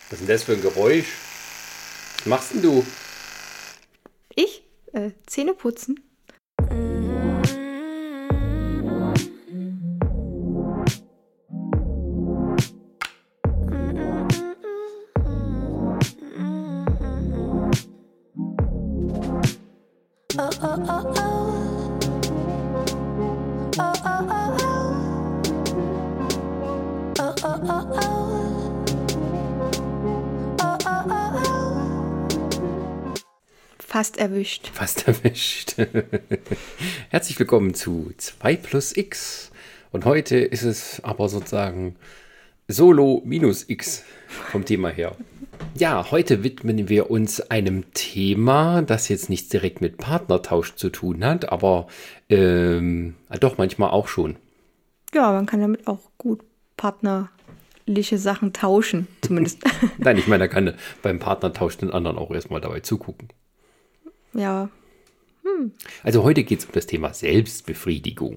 Was ist denn das für ein Geräusch? Was machst denn du? Ich? Zähne putzen. Fast erwischt. Fast erwischt. Herzlich willkommen zu 2 plus X. Und heute ist es aber sozusagen Solo minus X vom Thema her. Ja, heute widmen wir uns einem Thema, das jetzt nichts direkt mit Partnertausch zu tun hat, aber doch manchmal auch schon. Ja, man kann damit auch gut partnerliche Sachen tauschen, zumindest. Nein, ich meine, da kann beim Partnertausch den anderen auch erstmal dabei zugucken. Ja. Also heute geht es um das Thema Selbstbefriedigung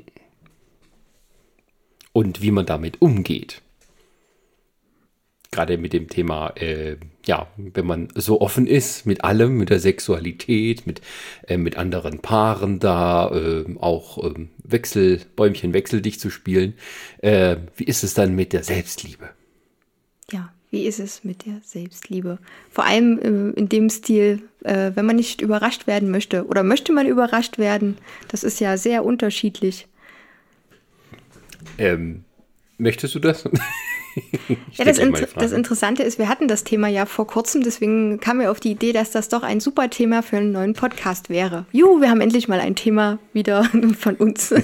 und wie man damit umgeht. Gerade mit dem Thema, wenn man so offen ist mit allem, mit der Sexualität, mit anderen Paaren da, auch Bäumchen wechseldicht zu spielen. Wie ist es dann mit der Selbstliebe? Ja, wie ist es mit der Selbstliebe? Vor allem in dem Stil, wenn man nicht überrascht werden möchte. Oder möchte man überrascht werden? Das ist ja sehr unterschiedlich. Möchtest du das? Ja, das Interessante ist, wir hatten das Thema ja vor kurzem, deswegen kam mir auf die Idee, dass das doch ein super Thema für einen neuen Podcast wäre. Wir haben endlich mal ein Thema wieder von uns.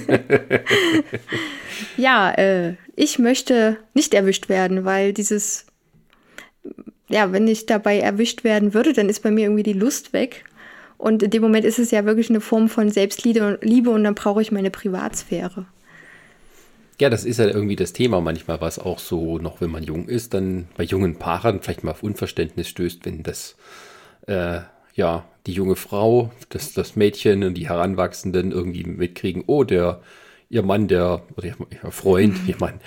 Ja, ich möchte nicht erwischt werden, weil wenn ich dabei erwischt werden würde, dann ist bei mir irgendwie die Lust weg. Und in dem Moment ist es ja wirklich eine Form von Selbstliebe und dann brauche ich meine Privatsphäre. Ja, das ist ja irgendwie das Thema manchmal, was auch so noch, wenn man jung ist, dann bei jungen Paaren vielleicht mal auf Unverständnis stößt, wenn das, die junge Frau, das Mädchen und die Heranwachsenden irgendwie mitkriegen, ihr Mann, ihr Freund, ihr Mann,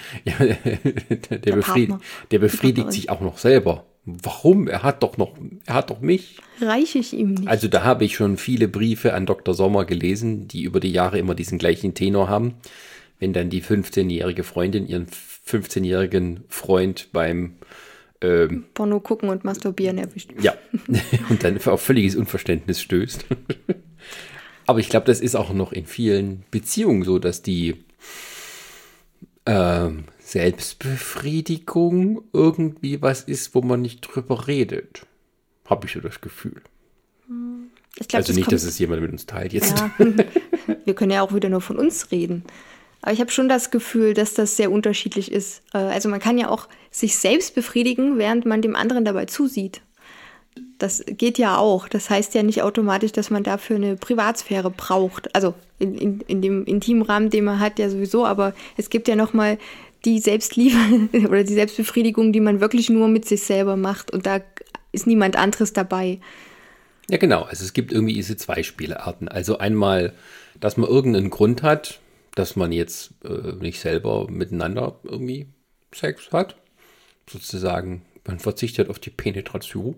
der befriedigt sich auch noch selber. Warum? Er hat doch mich. Reiche ich ihm nicht. Also da habe ich schon viele Briefe an Dr. Sommer gelesen, die über die Jahre immer diesen gleichen Tenor haben. Wenn dann die 15-jährige Freundin ihren 15-jährigen Freund beim Porno gucken und masturbieren erwischt. Ja, und dann auf völliges Unverständnis stößt. Aber ich glaube, das ist auch noch in vielen Beziehungen so, dass die Selbstbefriedigung irgendwie was ist, wo man nicht drüber redet. Habe ich so das Gefühl. Ich glaub, also nicht, dass es jemand mit uns teilt jetzt. Ja. Wir können ja auch wieder nur von uns reden. Aber ich habe schon das Gefühl, dass das sehr unterschiedlich ist. Also man kann ja auch sich selbst befriedigen, während man dem anderen dabei zusieht. Das geht ja auch. Das heißt ja nicht automatisch, dass man dafür eine Privatsphäre braucht. Also in dem intimen Rahmen, den man hat, ja sowieso. Aber es gibt ja nochmal die Selbstliebe oder die Selbstbefriedigung, die man wirklich nur mit sich selber macht. Und da ist niemand anderes dabei. Ja, genau. Also es gibt irgendwie diese zwei Spielarten. Also einmal, dass man irgendeinen Grund hat, dass man jetzt nicht selber miteinander irgendwie Sex hat. Sozusagen, man verzichtet auf die Penetration.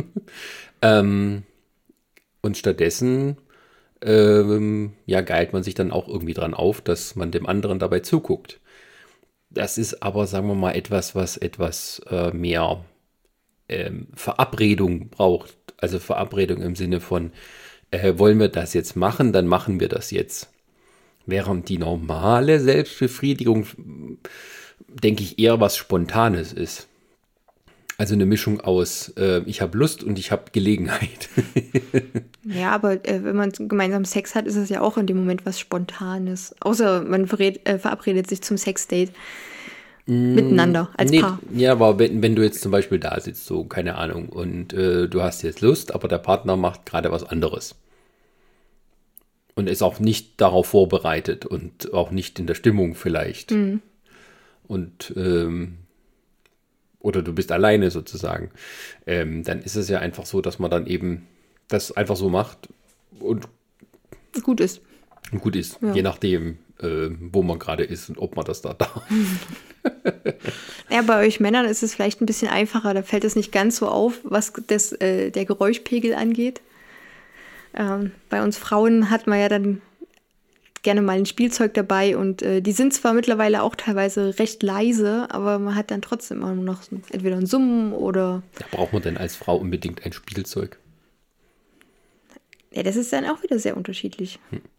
Und stattdessen geilt man sich dann auch irgendwie dran auf, dass man dem anderen dabei zuguckt. Das ist aber, sagen wir mal, etwas, was etwas mehr Verabredung braucht. Also Verabredung im Sinne von, wollen wir das jetzt machen, dann machen wir das jetzt. Während die normale Selbstbefriedigung, denke ich, eher was Spontanes ist. Also eine Mischung aus, ich habe Lust und ich habe Gelegenheit. Ja, aber wenn man gemeinsam Sex hat, ist es ja auch in dem Moment was Spontanes. Außer man verabredet sich zum Sexdate miteinander als Paar. Ja, aber wenn du jetzt zum Beispiel da sitzt, so, keine Ahnung, und du hast jetzt Lust, aber der Partner macht gerade was anderes. Und ist auch nicht darauf vorbereitet und auch nicht in der Stimmung vielleicht. Mhm. Und oder du bist alleine sozusagen. Dann ist es ja einfach so, dass man dann eben das einfach so macht und gut ist. Ja. Je nachdem, wo man gerade ist und ob man das da darf. Ja, bei euch Männern ist es vielleicht ein bisschen einfacher. Da fällt es nicht ganz so auf, was der Geräuschpegel angeht. Bei uns Frauen hat man ja dann gerne mal ein Spielzeug dabei und die sind zwar mittlerweile auch teilweise recht leise, aber man hat dann trotzdem immer noch entweder ein Summen oder... Ja, braucht man denn als Frau unbedingt ein Spielzeug? Ja, das ist dann auch wieder sehr unterschiedlich.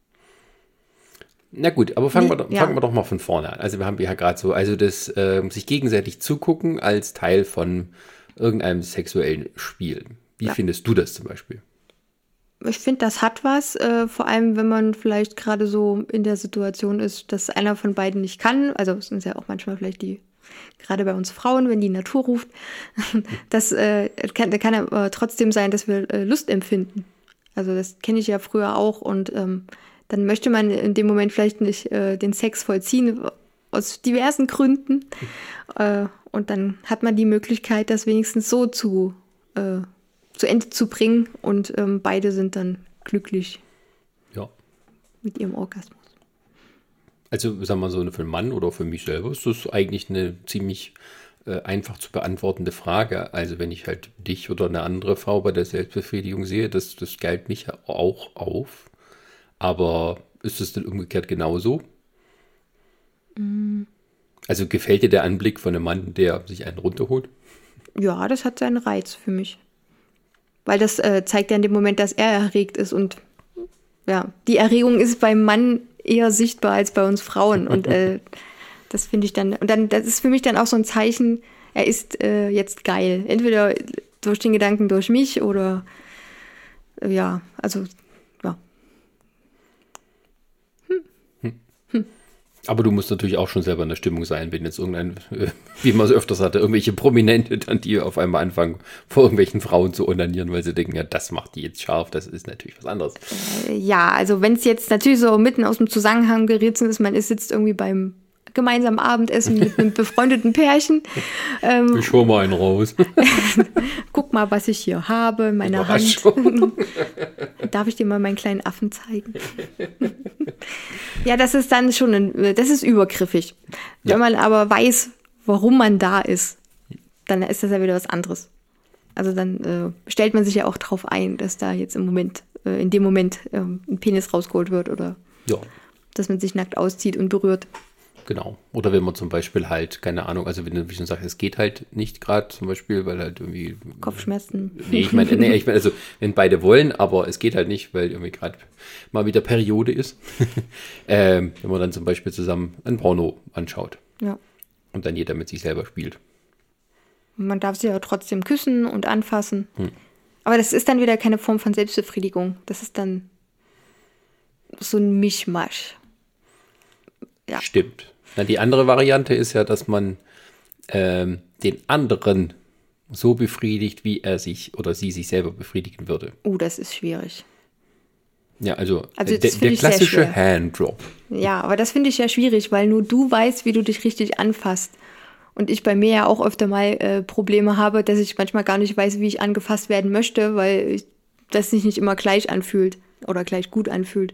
Na gut, aber fangen wir doch mal von vorne an. Also wir haben ja gerade so, also das sich gegenseitig zugucken als Teil von irgendeinem sexuellen Spiel. Wie findest du das zum Beispiel? Ich finde, das hat was, vor allem wenn man vielleicht gerade so in der Situation ist, dass einer von beiden nicht kann. Also es sind ja auch manchmal vielleicht gerade bei uns Frauen, wenn die Natur ruft, das kann aber trotzdem sein, dass wir Lust empfinden. Also das kenne ich ja früher auch und dann möchte man in dem Moment vielleicht nicht den Sex vollziehen, aus diversen Gründen. Und dann hat man die Möglichkeit, das wenigstens so zu Ende zu bringen und beide sind dann glücklich mit ihrem Orgasmus. Also sagen wir so, für einen Mann oder für mich selber ist das eigentlich eine ziemlich einfach zu beantwortende Frage. Also wenn ich halt dich oder eine andere Frau bei der Selbstbefriedigung sehe, das galt mich auch auf. Aber ist es denn umgekehrt genauso? Also gefällt dir der Anblick von einem Mann, der sich einen runterholt? Ja, das hat seinen Reiz für mich. Weil das zeigt ja in dem Moment, dass er erregt ist. Und ja, die Erregung ist beim Mann eher sichtbar als bei uns Frauen. Und das finde ich dann, und dann, das ist für mich dann auch so ein Zeichen, er ist jetzt geil. Entweder durch den Gedanken durch mich oder also ja. Aber du musst natürlich auch schon selber in der Stimmung sein, wenn jetzt wie man es öfters hatte, irgendwelche Prominente dann, die auf einmal anfangen, vor irgendwelchen Frauen zu onanieren, weil sie denken, ja, das macht die jetzt scharf, das ist natürlich was anderes. Ja, also wenn es jetzt natürlich so mitten aus dem Zusammenhang gerissen ist, man sitzt irgendwie beim gemeinsamen Abendessen mit einem befreundeten Pärchen. Ich hol mal einen raus. Guck mal, was ich hier habe in meiner Hand. Darf ich dir mal meinen kleinen Affen zeigen? Ja, das ist dann das ist übergriffig. Wenn man aber weiß, warum man da ist, dann ist das ja wieder was anderes. Also dann stellt man sich ja auch drauf ein, dass da jetzt in dem Moment ein Penis rausgeholt wird oder dass man sich nackt auszieht und berührt. Genau. Oder wenn man zum Beispiel halt, keine Ahnung, also wenn du, wie schon sagst, es geht halt nicht gerade zum Beispiel, weil halt irgendwie... Kopfschmerzen. Ich meine, also wenn beide wollen, aber es geht halt nicht, weil irgendwie gerade mal wieder Periode ist. Wenn man dann zum Beispiel zusammen ein Porno anschaut. Ja. Und dann jeder mit sich selber spielt. Man darf sie ja trotzdem küssen und anfassen. Aber das ist dann wieder keine Form von Selbstbefriedigung. Das ist dann so ein Mischmasch. Ja. Stimmt. Na, die andere Variante ist ja, dass man den anderen so befriedigt, wie er sich oder sie sich selber befriedigen würde. Das ist schwierig. Ja, also der klassische Handdrop. Ja, aber das finde ich ja schwierig, weil nur du weißt, wie du dich richtig anfasst. Und ich bei mir ja auch öfter mal Probleme habe, dass ich manchmal gar nicht weiß, wie ich angefasst werden möchte, weil das sich nicht immer gleich anfühlt oder gleich gut anfühlt.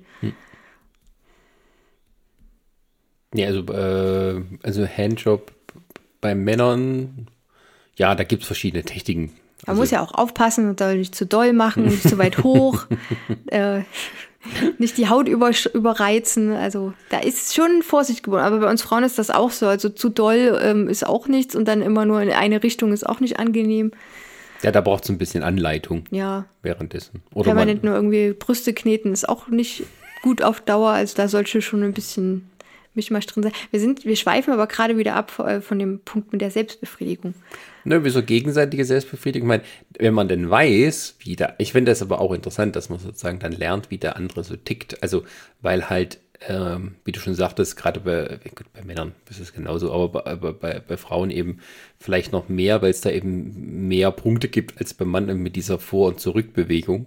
Ja, also Handjob bei Männern, ja, da gibt es verschiedene Techniken. Man muss ja auch aufpassen und soll nicht zu doll machen, nicht zu weit hoch, nicht die Haut überreizen. Also da ist schon Vorsicht geboten. Aber bei uns Frauen ist das auch so. Also zu doll ist auch nichts und dann immer nur in eine Richtung ist auch nicht angenehm. Ja, da braucht es ein bisschen Anleitung währenddessen. Oder permanent nur irgendwie Brüste kneten ist auch nicht gut auf Dauer. Also da sollte schon ein bisschen Mischmasch drin sein. Wir schweifen aber gerade wieder ab von dem Punkt mit der Selbstbefriedigung. Ne, wie so gegenseitige Selbstbefriedigung. Ich meine, wenn man denn weiß, ich finde das aber auch interessant, dass man sozusagen dann lernt, wie der andere so tickt. Also, weil halt, wie du schon sagtest, gerade bei Männern ist es genauso, aber bei Frauen eben vielleicht noch mehr, weil es da eben mehr Punkte gibt als beim Mann mit dieser Vor- und Zurückbewegung.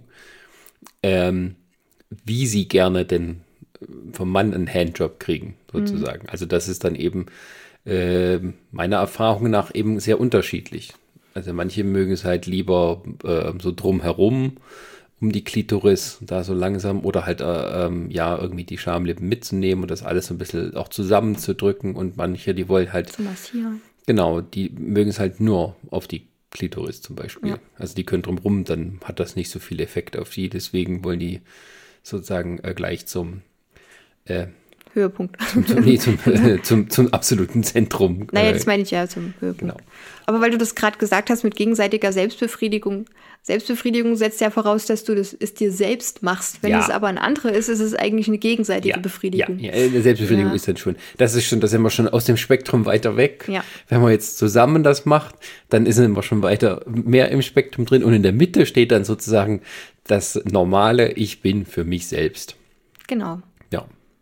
Wie sie gerne denn vom Mann einen Handjob kriegen, sozusagen. Also das ist dann eben meiner Erfahrung nach eben sehr unterschiedlich. Also manche mögen es halt lieber so drumherum, um die Klitoris, da so langsam, oder halt irgendwie die Schamlippen mitzunehmen und das alles so ein bisschen auch zusammenzudrücken und manche, die wollen halt Genau, die mögen es halt nur auf die Klitoris zum Beispiel. Ja. Also die können drumrum, dann hat das nicht so viel Effekt auf die. Deswegen wollen die sozusagen gleich zum Höhepunkt. zum absoluten Zentrum. Naja, das meine ich ja zum Höhepunkt. Genau. Aber weil du das gerade gesagt hast mit gegenseitiger Selbstbefriedigung. Selbstbefriedigung setzt ja voraus, dass du es dir selbst machst. Wenn es aber ein anderer ist, ist es eigentlich eine gegenseitige Befriedigung. Ja, eine Selbstbefriedigung ist dann schon. Da sind wir schon aus dem Spektrum weiter weg. Ja. Wenn man jetzt zusammen das macht, dann sind wir schon weiter mehr im Spektrum drin. Und in der Mitte steht dann sozusagen das normale Ich bin für mich selbst. Genau. Ja.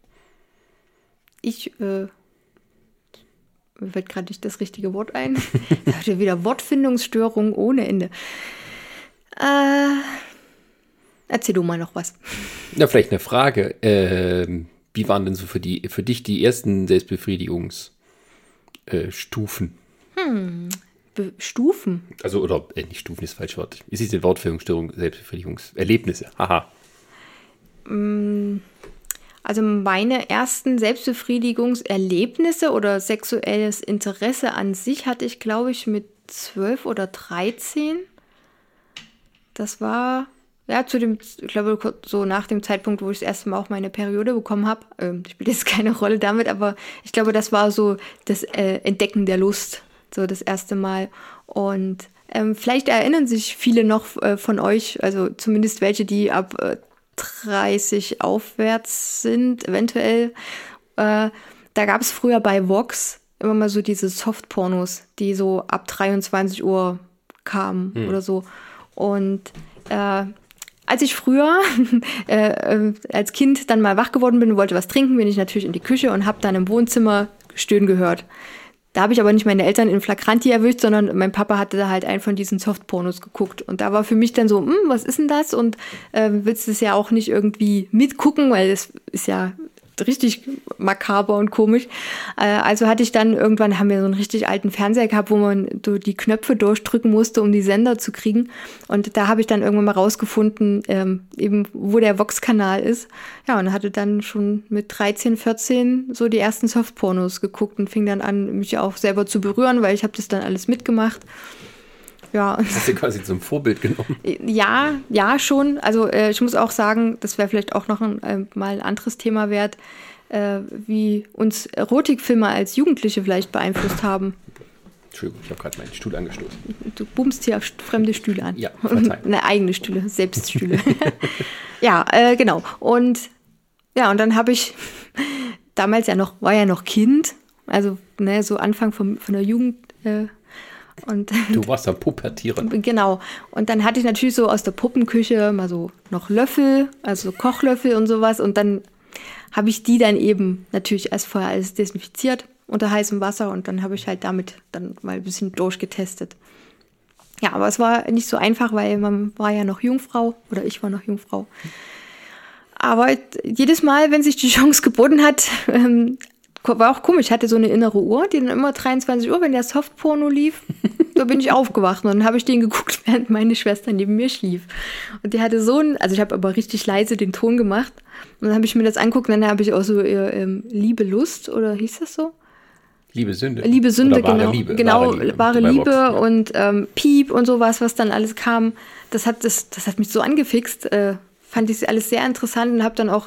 Mir fällt gerade nicht das richtige Wort ein. Da hat ja wieder Wortfindungsstörung ohne Ende. Erzähl du mal noch was. Ja, vielleicht eine Frage. Wie waren denn so für dich die ersten Selbstbefriedigungsstufen? Stufen? Also, oder nicht Stufen ist falsch Wort. Es ist die Wortfindungsstörung, Selbstbefriedigungserlebnisse. Haha. Also meine ersten Selbstbefriedigungserlebnisse oder sexuelles Interesse an sich hatte ich, glaube ich, mit 12 oder 13. Das war, ja, ich glaube, so nach dem Zeitpunkt, wo ich das erste Mal auch meine Periode bekommen habe. Spielt jetzt keine Rolle damit, aber ich glaube, das war so das Entdecken der Lust, so das erste Mal. Und vielleicht erinnern sich viele noch von euch, also zumindest welche, die ab 30 aufwärts sind, eventuell. Da gab es früher bei Vox immer mal so diese Softpornos, die so ab 23 Uhr kamen oder so. Und als ich früher als Kind dann mal wach geworden bin und wollte was trinken, bin ich natürlich in die Küche und habe dann im Wohnzimmer Stöhnen gehört. Da habe ich aber nicht meine Eltern in Flagranti erwischt, sondern mein Papa hatte da halt einen von diesen Softpornos geguckt. Und da war für mich dann so, was ist denn das? Und willst du es ja auch nicht irgendwie mitgucken, weil das ist ja richtig makaber und komisch. Also hatte ich dann irgendwann, haben wir so einen richtig alten Fernseher gehabt, wo man die Knöpfe durchdrücken musste, um die Sender zu kriegen. Und da habe ich dann irgendwann mal rausgefunden, eben wo der Vox-Kanal ist. Ja, und hatte dann schon mit 13, 14 so die ersten Softpornos geguckt und fing dann an, mich auch selber zu berühren, weil ich habe das dann alles mitgemacht. Ja. Das hast du quasi zum Vorbild genommen. Ja, schon. Also ich muss auch sagen, das wäre vielleicht auch noch mal ein anderes Thema wert, wie uns Erotikfilme als Jugendliche vielleicht beeinflusst haben. Entschuldigung, ich habe gerade meinen Stuhl angestoßen. Du bummst hier fremde Stühle an. Ja, Verzeihung. Eine eigene Stühle, Selbststühle. Ja, genau. Und dann habe ich damals war ja noch Kind, also so Anfang von der Jugend. Und du warst am Pubertieren. Genau. Und dann hatte ich natürlich so aus der Puppenküche mal so noch Löffel, also Kochlöffel und sowas. Und dann habe ich die dann eben natürlich vorher alles desinfiziert unter heißem Wasser. Und dann habe ich halt damit dann mal ein bisschen durchgetestet. Ja, aber es war nicht so einfach, weil man war ja noch Jungfrau oder ich war noch Jungfrau. Aber jedes Mal, wenn sich die Chance geboten hat, war auch komisch, ich hatte so eine innere Uhr, die dann immer 23 Uhr, wenn der Softporno lief, da bin ich aufgewacht und dann habe ich den geguckt, während meine Schwester neben mir schlief. Und die hatte also ich habe aber richtig leise den Ton gemacht und dann habe ich mir das angeguckt und dann habe ich auch so Liebe, Lust oder hieß das so? Liebe Sünde. Liebe Sünde, oder genau. Liebe. Genau, wahre Liebe ja. Und Piep und sowas, was dann alles kam. Das hat mich so angefixt. Fand ich alles sehr interessant und habe dann auch,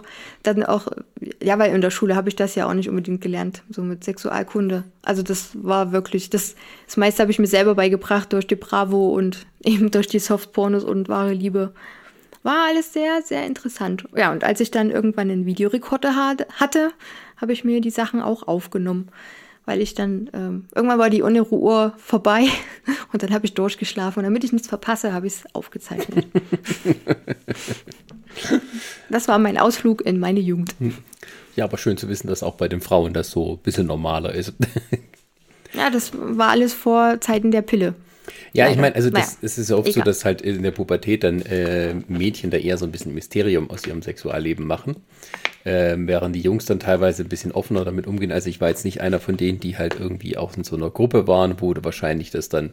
ja, weil in der Schule habe ich das ja auch nicht unbedingt gelernt, so mit Sexualkunde. Also das war wirklich, das meiste habe ich mir selber beigebracht durch die Bravo und eben durch die Softpornos und wahre Liebe. War alles sehr, sehr interessant. Ja, und als ich dann irgendwann einen Videorekorder hatte, habe ich mir die Sachen auch aufgenommen. Weil ich dann, irgendwann war die innere Uhr vorbei und dann habe ich durchgeschlafen. Und damit ich nichts verpasse, habe ich es aufgezeichnet. Das war mein Ausflug in meine Jugend. Ja, aber schön zu wissen, dass auch bei den Frauen das so ein bisschen normaler ist. Ja, das war alles vor Zeiten der Pille. Ja, leider. Ich meine, also es ist ja oft egal. So, dass halt in der Pubertät dann Mädchen da eher so ein bisschen Mysterium aus ihrem Sexualleben machen. Während die Jungs dann teilweise ein bisschen offener damit umgehen. Also ich war jetzt nicht einer von denen, die halt irgendwie auch in so einer Gruppe waren, wo wahrscheinlich das dann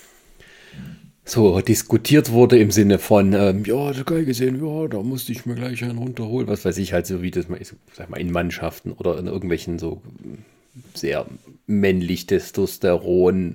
so diskutiert wurde im Sinne von, ja, das geil gesehen, ja, da musste ich mir gleich einen runterholen. Was weiß ich, halt so wie das mal ist, sag mal, in Mannschaften oder in irgendwelchen so sehr männlich Testosteron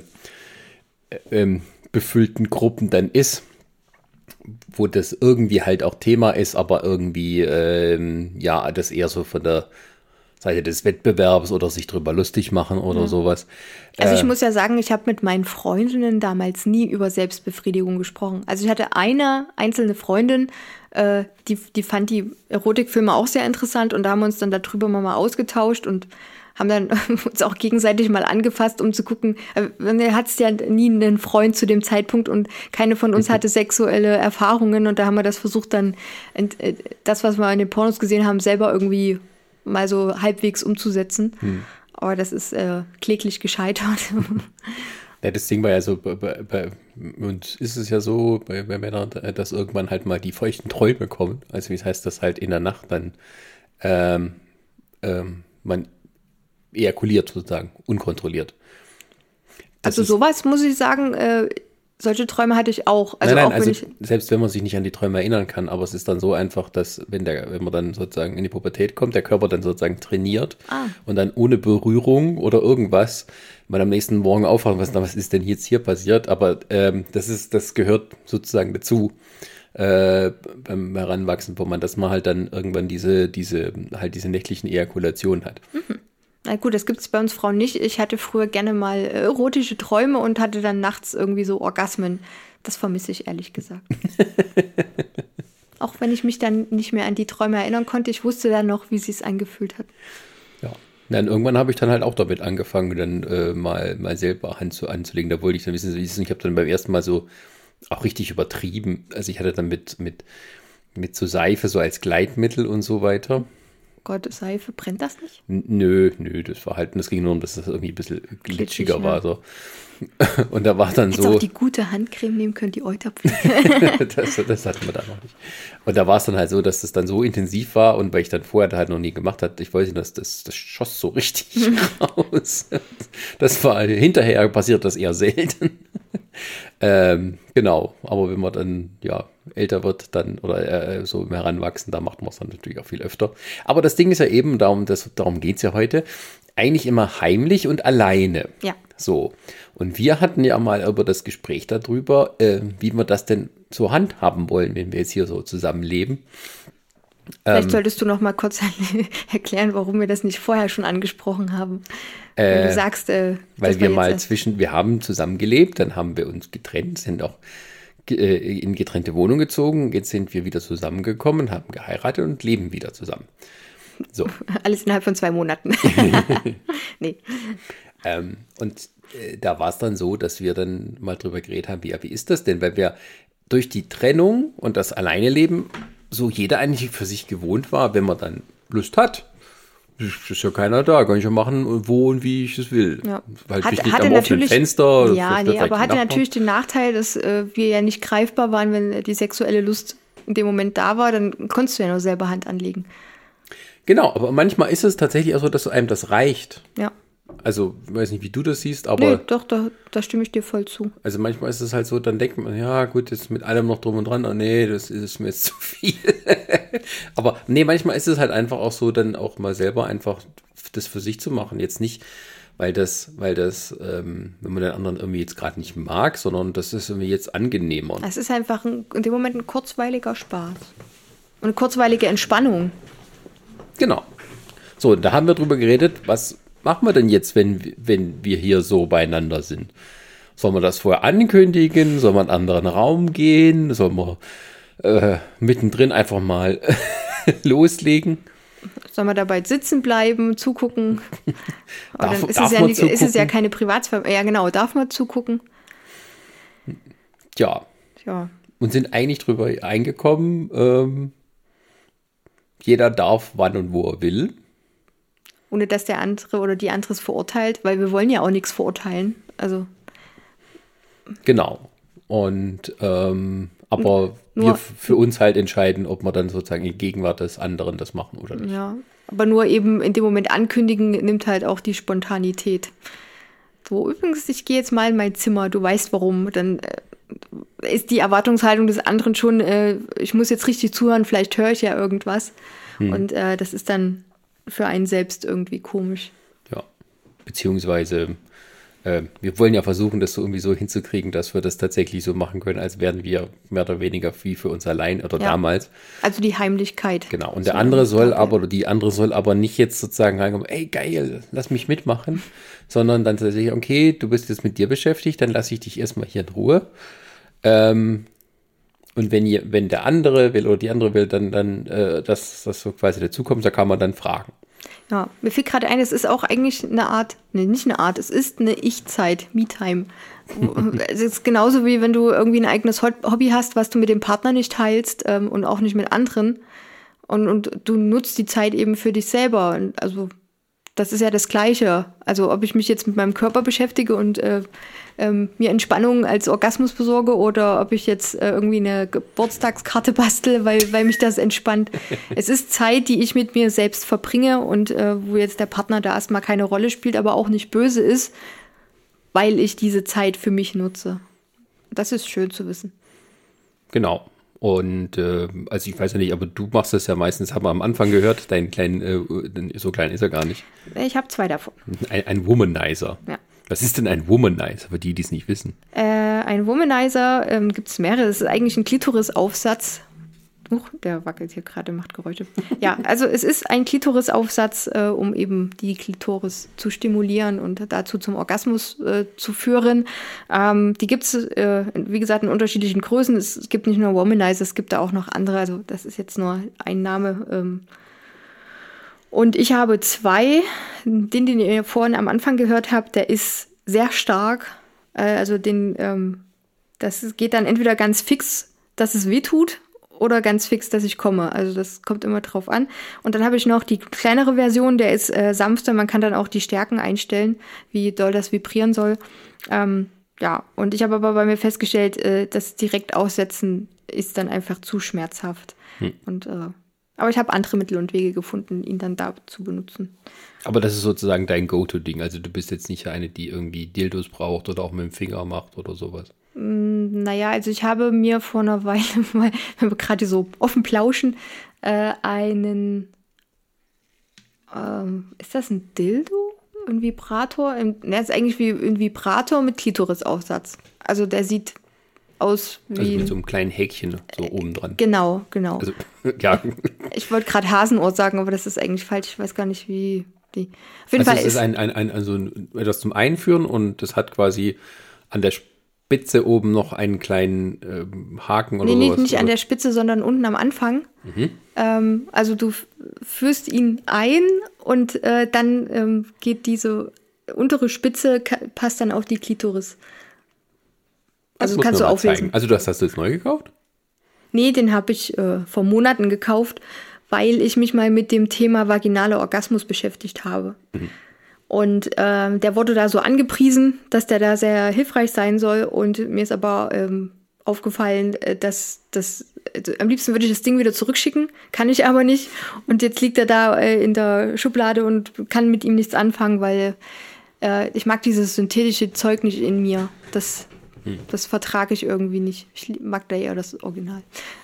befüllten Gruppen dann ist, wo das irgendwie halt auch Thema ist, aber irgendwie das eher so von der Seite des Wettbewerbs oder sich drüber lustig machen oder sowas. Also ich muss ja sagen, ich habe mit meinen Freundinnen damals nie über Selbstbefriedigung gesprochen. Also ich hatte eine einzelne Freundin, die fand die Erotikfilme auch sehr interessant und da haben wir uns dann darüber mal ausgetauscht und haben dann uns auch gegenseitig mal angefasst, um zu gucken, man hat ja nie einen Freund zu dem Zeitpunkt und keine von uns hatte sexuelle Erfahrungen und da haben wir das versucht dann, das, was wir in den Pornos gesehen haben, selber irgendwie mal so halbwegs umzusetzen. Aber das ist kläglich gescheitert. Ja, das Ding war ja so, bei uns ist es ja so, bei Männern, dass irgendwann halt mal die feuchten Träume kommen. Also wie heißt das halt in der Nacht dann man ejakuliert sozusagen, unkontrolliert. Also sowas muss ich sagen, solche Träume hatte ich auch. Also nein, auch also selbst wenn man sich nicht an die Träume erinnern kann, aber es ist dann so einfach, dass wenn man dann sozusagen in die Pubertät kommt, der Körper dann sozusagen trainiert und dann ohne Berührung oder irgendwas man am nächsten Morgen aufwacht, was ist denn jetzt hier passiert? Aber das gehört sozusagen dazu beim Heranwachsen, dass man halt dann irgendwann diese nächtlichen Ejakulationen hat. Na gut, das gibt es bei uns Frauen nicht. Ich hatte früher gerne mal erotische Träume und hatte dann nachts irgendwie so Orgasmen. Das vermisse ich ehrlich gesagt. Auch wenn ich mich dann nicht mehr an die Träume erinnern konnte, ich wusste dann noch, wie sie es angefühlt hat. Ja, dann irgendwann habe ich dann halt auch damit angefangen, dann mal selber Hand anzulegen. Da wollte ich dann wissen, ich habe dann beim ersten Mal so auch richtig übertrieben. Also ich hatte dann mit so Seife so als Gleitmittel und so weiter. Gott, Seife, brennt das nicht? Nö, das war halt, das ging nur um, dass das irgendwie ein bisschen glitschiger war. So. Und da war dann Hättest so. auch die gute Handcreme nehmen können, die Euterpflege. das hatten wir da noch nicht. Und da war es dann halt so, dass es dann so intensiv war und weil ich dann vorher halt noch nie gemacht hatte, ich weiß nicht, das schoss so richtig raus. Das war, hinterher passiert das eher selten. Genau, aber wenn man dann älter wird dann oder so im Heranwachsen, da macht man es dann natürlich auch viel öfter. Aber das Ding ist ja eben, darum geht es ja heute, eigentlich immer heimlich und alleine. Ja. So, und wir hatten ja mal über das Gespräch darüber, wie wir das denn so handhaben wollen, wenn wir jetzt hier so zusammenleben. Vielleicht solltest du noch mal kurz erklären, warum wir das nicht vorher schon angesprochen haben. Wenn du sagst, weil wir haben zusammen gelebt, dann haben wir uns getrennt, sind auch in getrennte Wohnungen gezogen. Jetzt sind wir wieder zusammengekommen, haben geheiratet und leben wieder zusammen. So. Alles innerhalb von 2 Monaten. Nee. Und da war es dann so, dass wir dann mal drüber geredet haben, wie ist das denn? Weil wir durch die Trennung und das Alleineleben so jeder eigentlich für sich gewohnt war, wenn man dann Lust hat. Ist ja keiner da, kann ich ja machen, wo und wie ich es will. Ja. Halt nicht am offenen Fenster. Ja, aber hatte natürlich den Nachteil, dass wir ja nicht greifbar waren, wenn die sexuelle Lust in dem Moment da war, dann konntest du ja nur selber Hand anlegen. Genau, aber manchmal ist es tatsächlich auch so, dass einem das reicht. Ja. Also, ich weiß nicht, wie du das siehst, aber... Nee, doch, da stimme ich dir voll zu. Also manchmal ist es halt so, dann denkt man, ja gut, jetzt mit allem noch drum und dran, oh nee, das ist mir jetzt zu viel. Aber nee, manchmal ist es halt einfach auch so, dann auch mal selber einfach das für sich zu machen. Jetzt nicht, weil das, wenn man den anderen irgendwie jetzt gerade nicht mag, sondern das ist irgendwie jetzt angenehmer. Es ist einfach in dem Moment ein kurzweiliger Spaß. Und eine kurzweilige Entspannung. Genau. So, da haben wir drüber geredet, was machen wir denn jetzt, wenn wir hier so beieinander sind? Sollen wir das vorher ankündigen? Sollen wir in einen anderen Raum gehen? Sollen wir mittendrin einfach mal loslegen? Sollen wir dabei sitzen bleiben, zugucken? Darf ist es ja keine Privatsphäre. Ja, genau, darf man zugucken? Ja. Und sind eigentlich drüber eingekommen, jeder darf wann und wo er will. Ohne dass der andere oder die andere es verurteilt, weil wir wollen ja auch nichts verurteilen. Also. Genau. Und aber wir für uns halt entscheiden, ob wir dann sozusagen in Gegenwart des anderen das machen oder nicht. Ja, aber nur eben in dem Moment ankündigen nimmt halt auch die Spontanität. So, übrigens, ich gehe jetzt mal in mein Zimmer, du weißt warum. Dann ist die Erwartungshaltung des anderen schon, ich muss jetzt richtig zuhören, vielleicht höre ich ja irgendwas. Und das ist dann für einen selbst irgendwie komisch. Ja. Beziehungsweise wir wollen ja versuchen, das so irgendwie so hinzukriegen, dass wir das tatsächlich so machen können, als wären wir mehr oder weniger wie für uns allein oder damals. Also die Heimlichkeit. Genau. Und der andere soll aber, oder die andere soll aber nicht jetzt sozusagen reinkommen, ey geil, lass mich mitmachen, sondern dann tatsächlich, okay, du bist jetzt mit dir beschäftigt, dann lasse ich dich erstmal hier in Ruhe. Und wenn der andere will oder die andere will, dann dass das so quasi dazukommt, da kann man dann fragen. Ja, mir fällt gerade ein, es ist auch eigentlich eine Art, nicht eine Art, es ist eine Ich-Zeit, Me-Time. Es ist genauso wie wenn du irgendwie ein eigenes Hobby hast, was du mit dem Partner nicht teilst und auch nicht mit anderen. Und du nutzt die Zeit eben für dich selber. Also das ist ja das Gleiche. Also ob ich mich jetzt mit meinem Körper beschäftige und mir Entspannung als Orgasmus besorge oder ob ich jetzt irgendwie eine Geburtstagskarte bastel, weil mich das entspannt. Es ist Zeit, die ich mit mir selbst verbringe und wo jetzt der Partner da erstmal keine Rolle spielt, aber auch nicht böse ist, weil ich diese Zeit für mich nutze. Das ist schön zu wissen. Genau. Und also ich weiß ja nicht, aber du machst das ja meistens, haben wir am Anfang gehört, deinen kleinen, so klein ist er gar nicht. Ich habe 2 davon. Ein Womanizer. Ja. Was ist denn ein Womanizer, für die es nicht wissen? Ein Womanizer gibt es mehrere. Das ist eigentlich ein Klitorisaufsatz. Der wackelt hier gerade, macht Geräusche. Ja, also es ist ein Klitorisaufsatz, um eben die Klitoris zu stimulieren und dazu zum Orgasmus zu führen. Die gibt es, wie gesagt, in unterschiedlichen Größen. Es gibt nicht nur Womanizer, es gibt da auch noch andere. Also das ist jetzt nur ein Name. Und ich habe 2. Den ihr vorhin am Anfang gehört habt, der ist sehr stark. Also das geht dann entweder ganz fix, dass es weh tut, oder ganz fix, dass ich komme. Also das kommt immer drauf an. Und dann habe ich noch die kleinere Version, der ist sanfter. Man kann dann auch die Stärken einstellen, wie doll das vibrieren soll. Ja, und ich habe aber bei mir festgestellt, das direkt aussetzen ist dann einfach zu schmerzhaft. Aber ich habe andere Mittel und Wege gefunden, ihn dann da zu benutzen. Aber das ist sozusagen dein Go-To-Ding. Also du bist jetzt nicht eine, die irgendwie Dildos braucht oder auch mit dem Finger macht oder sowas. Naja, also ich habe mir vor einer Weile mal, wenn wir gerade so offen plauschen, einen, ist das ein Dildo? Ein Vibrator? Der ist eigentlich wie ein Vibrator mit Klitorisaufsatz. Also der sieht aus wie... Also mit so einem kleinen Häkchen so oben dran. Genau. Also, ja. Ich wollte gerade Hasenohr sagen, aber das ist eigentlich falsch. Ich weiß gar nicht, wie die... Auf jeden Fall es ist also etwas zum Einführen und das hat quasi an der Spitze oben noch einen kleinen Haken oder sowas. Nicht an der Spitze, sondern unten am Anfang. Also du führst ihn ein und dann geht diese untere Spitze, passt dann auf die Klitoris. Also kannst du auflesen. Also hast du jetzt neu gekauft? Nee, den habe ich vor Monaten gekauft, weil ich mich mal mit dem Thema vaginaler Orgasmus beschäftigt habe. Und der wurde da so angepriesen, dass der da sehr hilfreich sein soll. Und mir ist aber aufgefallen, dass am liebsten würde ich das Ding wieder zurückschicken, kann ich aber nicht. Und jetzt liegt er da in der Schublade und kann mit ihm nichts anfangen, weil ich mag dieses synthetische Zeug nicht in mir. Das vertrage ich irgendwie nicht. Ich mag da eher das Original.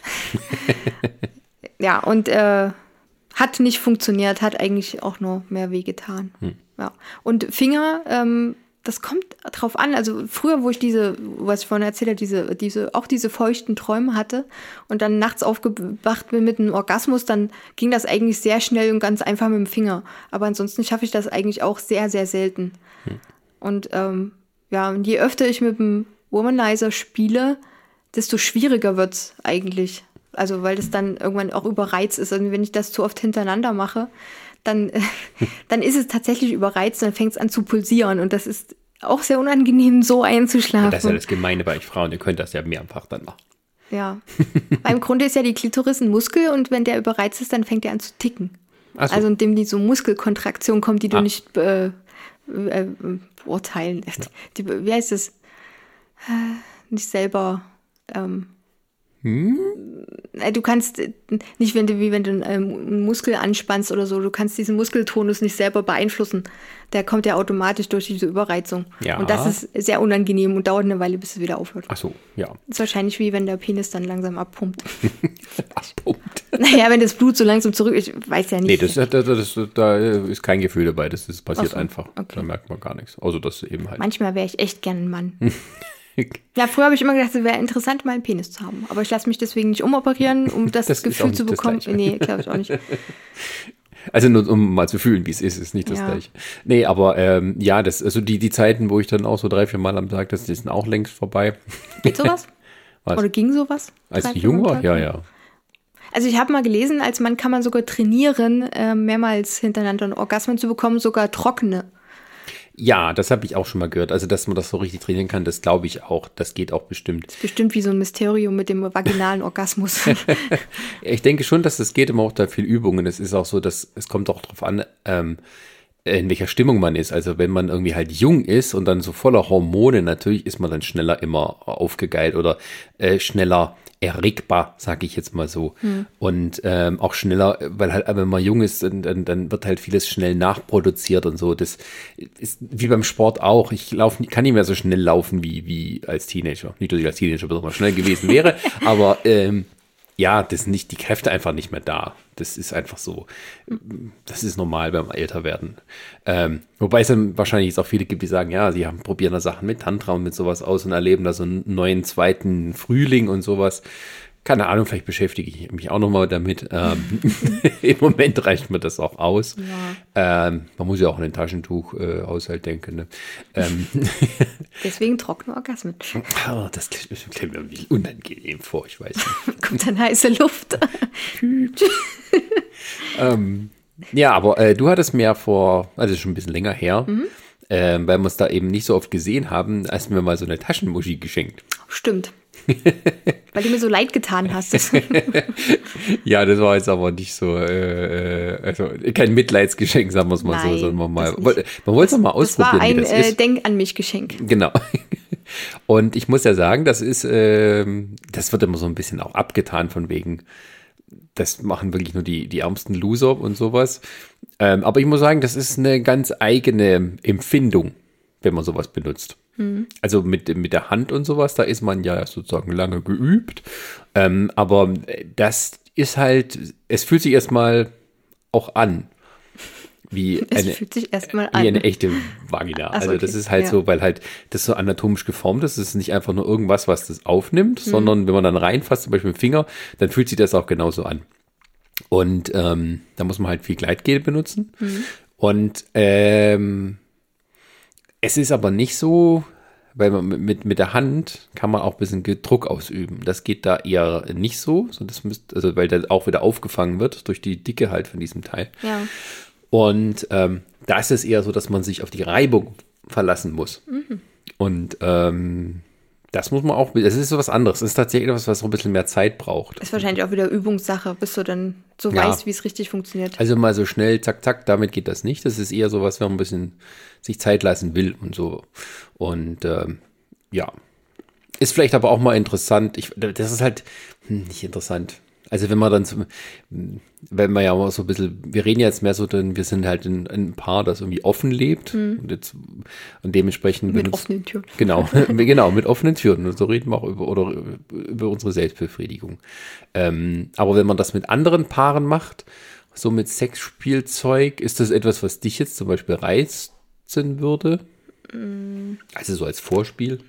Ja, und hat nicht funktioniert, hat eigentlich auch nur mehr wehgetan. Ja. Und Finger, das kommt drauf an. Also früher, wo ich was ich vorhin erzählt habe, auch diese feuchten Träume hatte und dann nachts aufgewacht bin mit einem Orgasmus, dann ging das eigentlich sehr schnell und ganz einfach mit dem Finger. Aber ansonsten schaffe ich das eigentlich auch sehr, sehr selten. Und und je öfter ich mit dem Womanizer spiele, desto schwieriger wird es eigentlich. Also weil das dann irgendwann auch überreizt ist. Und wenn ich das zu oft hintereinander mache, dann ist es tatsächlich überreizt und dann fängt es an zu pulsieren. Und das ist auch sehr unangenehm, so einzuschlafen. Das ist ja das Gemeine bei euch Frauen. Ihr könnt das ja mehrfach dann machen. Ja. Im Grunde ist ja die Klitoris ein Muskel und wenn der überreizt ist, dann fängt der an zu ticken. Ach so. Also indem die so Muskelkontraktion kommt, die du nicht beurteilen. Wie heißt das? Nicht selber. Du kannst nicht, wenn du einen Muskel anspannst oder so, du kannst diesen Muskeltonus nicht selber beeinflussen. Der kommt ja automatisch durch diese Überreizung. Ja. Und das ist sehr unangenehm und dauert eine Weile, bis es wieder aufhört. Ach so, ja. Das ist wahrscheinlich wie wenn der Penis dann langsam abpumpt. Abpumpt. Naja, wenn das Blut so langsam zurück, ich weiß ja nicht. Nee, da ist kein Gefühl dabei, das passiert einfach. Okay. Da merkt man gar nichts. Also das eben halt. Manchmal wäre ich echt gern ein Mann. Ja, früher habe ich immer gedacht, es wäre interessant, mal einen Penis zu haben. Aber ich lasse mich deswegen nicht umoperieren, um das Gefühl zu bekommen. Nee, glaube ich auch nicht. Also nur um mal zu fühlen, wie es ist nicht das Gleiche. Nee, aber also die Zeiten, wo ich dann auch so 3-4 Mal am Tag, die sind auch längst vorbei. Geht sowas? Was? Oder ging sowas? Als ich jung war? Ja. Also ich habe mal gelesen, als Mann kann man sogar trainieren, mehrmals hintereinander einen Orgasmen zu bekommen, sogar trockene. Ja, das habe ich auch schon mal gehört. Also, dass man das so richtig trainieren kann, das glaube ich auch. Das geht auch bestimmt. Das ist bestimmt wie so ein Mysterium mit dem vaginalen Orgasmus. Ich denke schon, dass das geht, immer auch da viel Übungen. Es ist auch so, dass es kommt auch drauf an, in welcher Stimmung man ist. Also wenn man irgendwie halt jung ist und dann so voller Hormone, natürlich ist man dann schneller immer aufgegeilt oder schneller erregbar, sage ich jetzt mal so. Und auch schneller, weil halt, wenn man jung ist, dann wird halt vieles schnell nachproduziert und so. Das ist wie beim Sport auch. Ich kann nicht mehr so schnell laufen wie als Teenager. Nicht, dass ich als Teenager besonders schnell gewesen wäre, aber ja, das sind die Kräfte einfach nicht mehr da. Das ist einfach so. Das ist normal beim Älterwerden. Wobei es dann wahrscheinlich jetzt auch viele gibt, die sagen, ja, sie probieren da Sachen mit Tantra und mit sowas aus und erleben da so einen neuen zweiten Frühling und sowas. Keine Ahnung, vielleicht beschäftige ich mich auch nochmal damit. Im Moment reicht mir das auch aus. Ja. Man muss ja auch an den Taschentuch-Haushalt denken. Ne? Deswegen trockene Orgasmen. Das klingt mir irgendwie unangenehm vor, ich weiß nicht. Kommt dann heiße Luft. Ja, aber du hattest mir also schon ein bisschen länger her, weil wir es da eben nicht so oft gesehen haben, hast du mir mal so eine Taschenmuschi geschenkt. Stimmt. Weil du mir so leid getan hast. Ja, das war jetzt aber nicht so, also kein Mitleidsgeschenk, sagen wir es mal so, sondern man wollte es mal ausprobieren, wie das ist. Das war ein Denk an mich Geschenk. Genau. Und ich muss ja sagen, das wird immer so ein bisschen auch abgetan von wegen, das machen wirklich nur die ärmsten Loser und sowas. Aber ich muss sagen, das ist eine ganz eigene Empfindung, wenn man sowas benutzt. Also mit der Hand und sowas, da ist man ja sozusagen lange geübt. Aber das ist halt, es fühlt sich erstmal auch an. Fühlt sich erstmal an. Wie eine echte Vagina. Also okay. Das ist halt so, weil halt das so anatomisch geformt ist. Es ist nicht einfach nur irgendwas, was das aufnimmt, sondern wenn man dann reinfasst, zum Beispiel mit dem Finger, dann fühlt sich das auch genauso an. Und da muss man halt viel Gleitgel benutzen. Und es ist aber nicht so, weil man mit der Hand kann man auch ein bisschen Druck ausüben. Das geht da eher nicht so. Weil das auch wieder aufgefangen wird durch die Dicke halt von diesem Teil. Ja. Und da ist es eher so, dass man sich auf die Reibung verlassen muss. Und das muss man auch, es ist so was anderes. Es ist tatsächlich etwas, was so ein bisschen mehr Zeit braucht. Ist wahrscheinlich auch wieder Übungssache, bis du dann so weißt, wie es richtig funktioniert. Also mal so schnell, zack, zack, damit geht das nicht. Das ist eher so was, wenn man ein bisschen sich Zeit lassen will und so. Und ja, ist vielleicht aber auch mal interessant. Das ist halt nicht interessant. Also wenn man ja mal so ein bisschen, wir reden jetzt mehr so, denn wir sind halt ein Paar, das irgendwie offen lebt und dementsprechend mit offenen Türen. Genau, mit offenen Türen. Und so reden wir auch über unsere Selbstbefriedigung. Aber wenn man das mit anderen Paaren macht, so mit Sexspielzeug, ist das etwas, was dich jetzt zum Beispiel reizen würde? Also so als Vorspiel?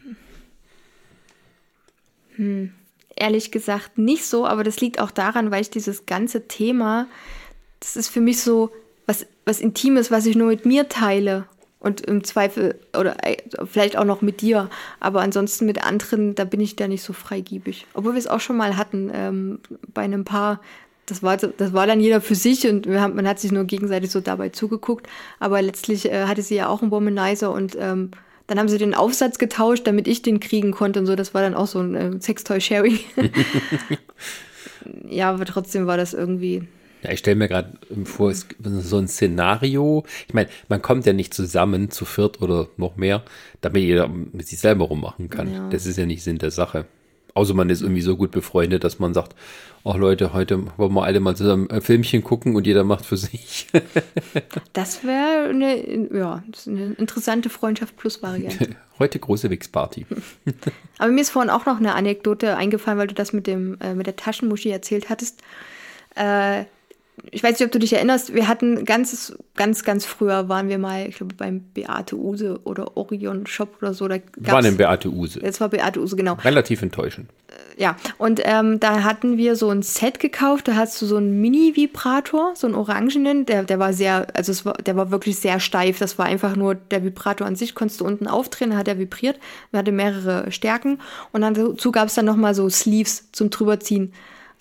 Ehrlich gesagt nicht so, aber das liegt auch daran, weil ich dieses ganze Thema, das ist für mich so was Intimes, was ich nur mit mir teile und im Zweifel oder vielleicht auch noch mit dir, aber ansonsten mit anderen, da bin ich da nicht so freigiebig. Obwohl wir es auch schon mal hatten bei einem Paar, das war dann jeder für sich und man hat sich nur gegenseitig so dabei zugeguckt, aber letztlich hatte sie ja auch einen Womanizer und dann haben sie den Aufsatz getauscht, damit ich den kriegen konnte und so. Das war dann auch so ein Sextoy-Sharing. Ja, aber trotzdem war das irgendwie... Ja, ich stelle mir gerade vor, es gibt so ein Szenario. Ich meine, man kommt ja nicht zusammen zu viert oder noch mehr, damit jeder mit sich selber rummachen kann. Ja. Das ist ja nicht Sinn der Sache. Außer man ist irgendwie so gut befreundet, dass man sagt, ach Leute, heute wollen wir alle mal zusammen ein Filmchen gucken und jeder macht für sich. Das wäre eine interessante Freundschaft plus Variante. Heute große Wichsparty. Aber mir ist vorhin auch noch eine Anekdote eingefallen, weil du das mit der Taschenmuschi erzählt hattest. Ich weiß nicht, ob du dich erinnerst, wir hatten ganz früher waren wir mal, ich glaube, beim Beate Uhse oder Orion Shop oder so. Da War denn Beate Uhse? Das war Beate Uhse, genau. Relativ enttäuschend. Ja, und da hatten wir so ein Set gekauft, da hast du so einen Mini-Vibrator, so einen orangenen, der war der war wirklich sehr steif, das war einfach nur der Vibrator an sich, konntest du unten aufdrehen, dann hat er vibriert, wir hatten mehrere Stärken und dann dazu gab es dann nochmal so Sleeves zum drüberziehen.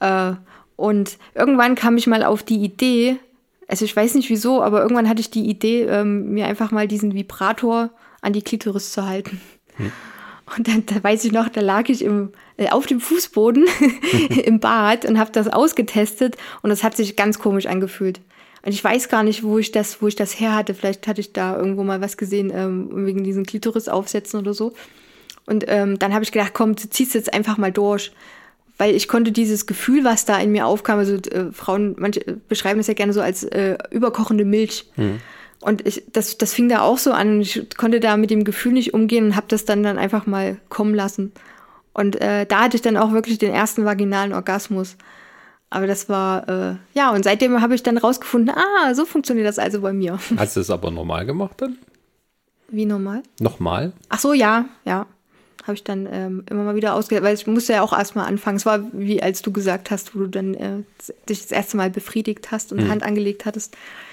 Und irgendwann kam ich mal auf die Idee, also ich weiß nicht wieso, aber irgendwann hatte ich die Idee, mir einfach mal diesen Vibrator an die Klitoris zu halten. Und dann da weiß ich noch, da lag ich auf dem Fußboden im Bad und habe das ausgetestet und das hat sich ganz komisch angefühlt. Und ich weiß gar nicht, wo ich das her hatte. Vielleicht hatte ich da irgendwo mal was gesehen, wegen diesen Klitoris-Aufsätzen oder so. Und dann habe ich gedacht, komm, du ziehst jetzt einfach mal durch. Weil ich konnte dieses Gefühl, was da in mir aufkam, also Frauen, manche beschreiben es ja gerne so als überkochende Milch. Und das fing da auch so an und ich konnte da mit dem Gefühl nicht umgehen und habe das dann einfach mal kommen lassen. Und da hatte ich dann auch wirklich den ersten vaginalen Orgasmus. Aber das war, und seitdem habe ich dann rausgefunden, so funktioniert das also bei mir. Hast du es aber normal gemacht dann? Wie normal? Nochmal? Ach so, ja. Habe ich dann immer mal wieder ausgedacht, weil ich musste ja auch erstmal anfangen. Es war wie als du gesagt hast, wo du dann dich das erste Mal befriedigt hast und Hand angelegt hattest.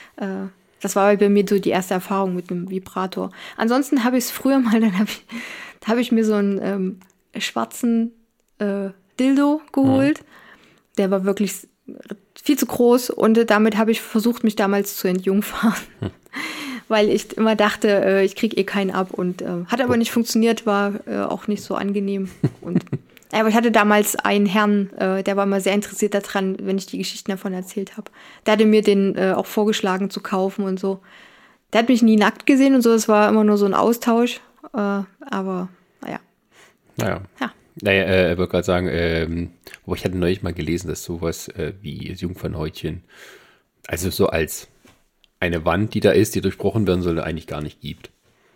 Das war bei mir so die erste Erfahrung mit einem Vibrator. Ansonsten habe ich es früher mal, dann habe ich mir so einen schwarzen Dildo geholt. Der war wirklich viel zu groß und damit habe ich versucht, mich damals zu entjungfern. Weil ich immer dachte, ich kriege keinen ab und hat aber nicht funktioniert, war auch nicht so angenehm. Aber ich hatte damals einen Herrn, der war immer sehr interessiert daran, wenn ich die Geschichten davon erzählt habe. Der hatte mir den auch vorgeschlagen zu kaufen und so. Der hat mich nie nackt gesehen und so, es war immer nur so ein Austausch. Aber naja. Ja. Naja, ich wollte gerade sagen, ich hatte neulich mal gelesen, dass sowas wie das Jungfernhäutchen, also so als eine Wand, die da ist, die durchbrochen werden soll, eigentlich gar nicht gibt.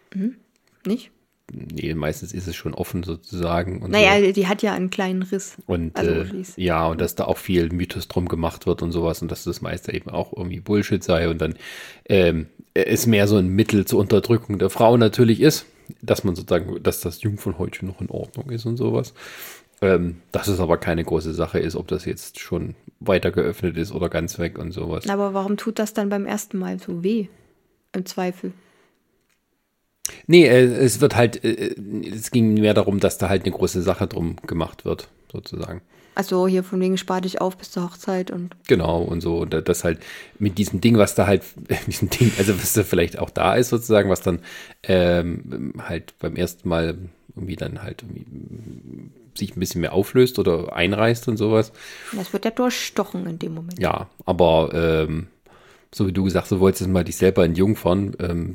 Nicht? Nee, meistens ist es schon offen sozusagen. Und naja, so. Die hat ja einen kleinen Riss. Und und dass da auch viel Mythos drum gemacht wird und sowas und dass das meiste eben auch irgendwie Bullshit sei und dann es mehr so ein Mittel zur Unterdrückung der Frau natürlich ist, dass man sozusagen, dass das Jungfernhäutchen noch in Ordnung ist und sowas. Dass es aber keine große Sache ist, ob das jetzt schon weiter geöffnet ist oder ganz weg und sowas. Aber warum tut das dann beim ersten Mal so weh? Im Zweifel. Nee, es wird halt, es ging mehr darum, dass da halt eine große Sache drum gemacht wird, sozusagen. Also hier von wegen spar dich auf bis zur Hochzeit und. Genau, und so. Und das halt mit diesem Ding, was da halt, also was da vielleicht auch da ist, sozusagen, was dann halt beim ersten Mal irgendwie dann halt irgendwie sich ein bisschen mehr auflöst oder einreißt und sowas. Das wird ja durchstochen in dem Moment. Ja, aber so wie du gesagt hast, du wolltest mal dich selber entjungfern.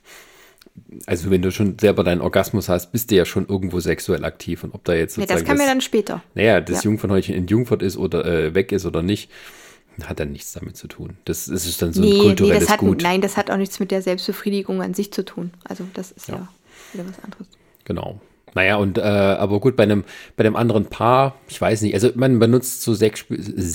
Also wenn du schon selber deinen Orgasmus hast, bist du ja schon irgendwo sexuell aktiv. Und ob da jetzt sozusagen das kam ja dann später. Naja, das Jungfernhäutchen entjungfert ist oder weg ist oder nicht, hat dann nichts damit zu tun. Das ist dann so ein kulturelles Gut. Nein, das hat auch nichts mit der Selbstbefriedigung an sich zu tun. Also das ist ja wieder was anderes. Genau. Naja, und aber gut, bei dem anderen Paar, ich weiß nicht, also man benutzt so sechs.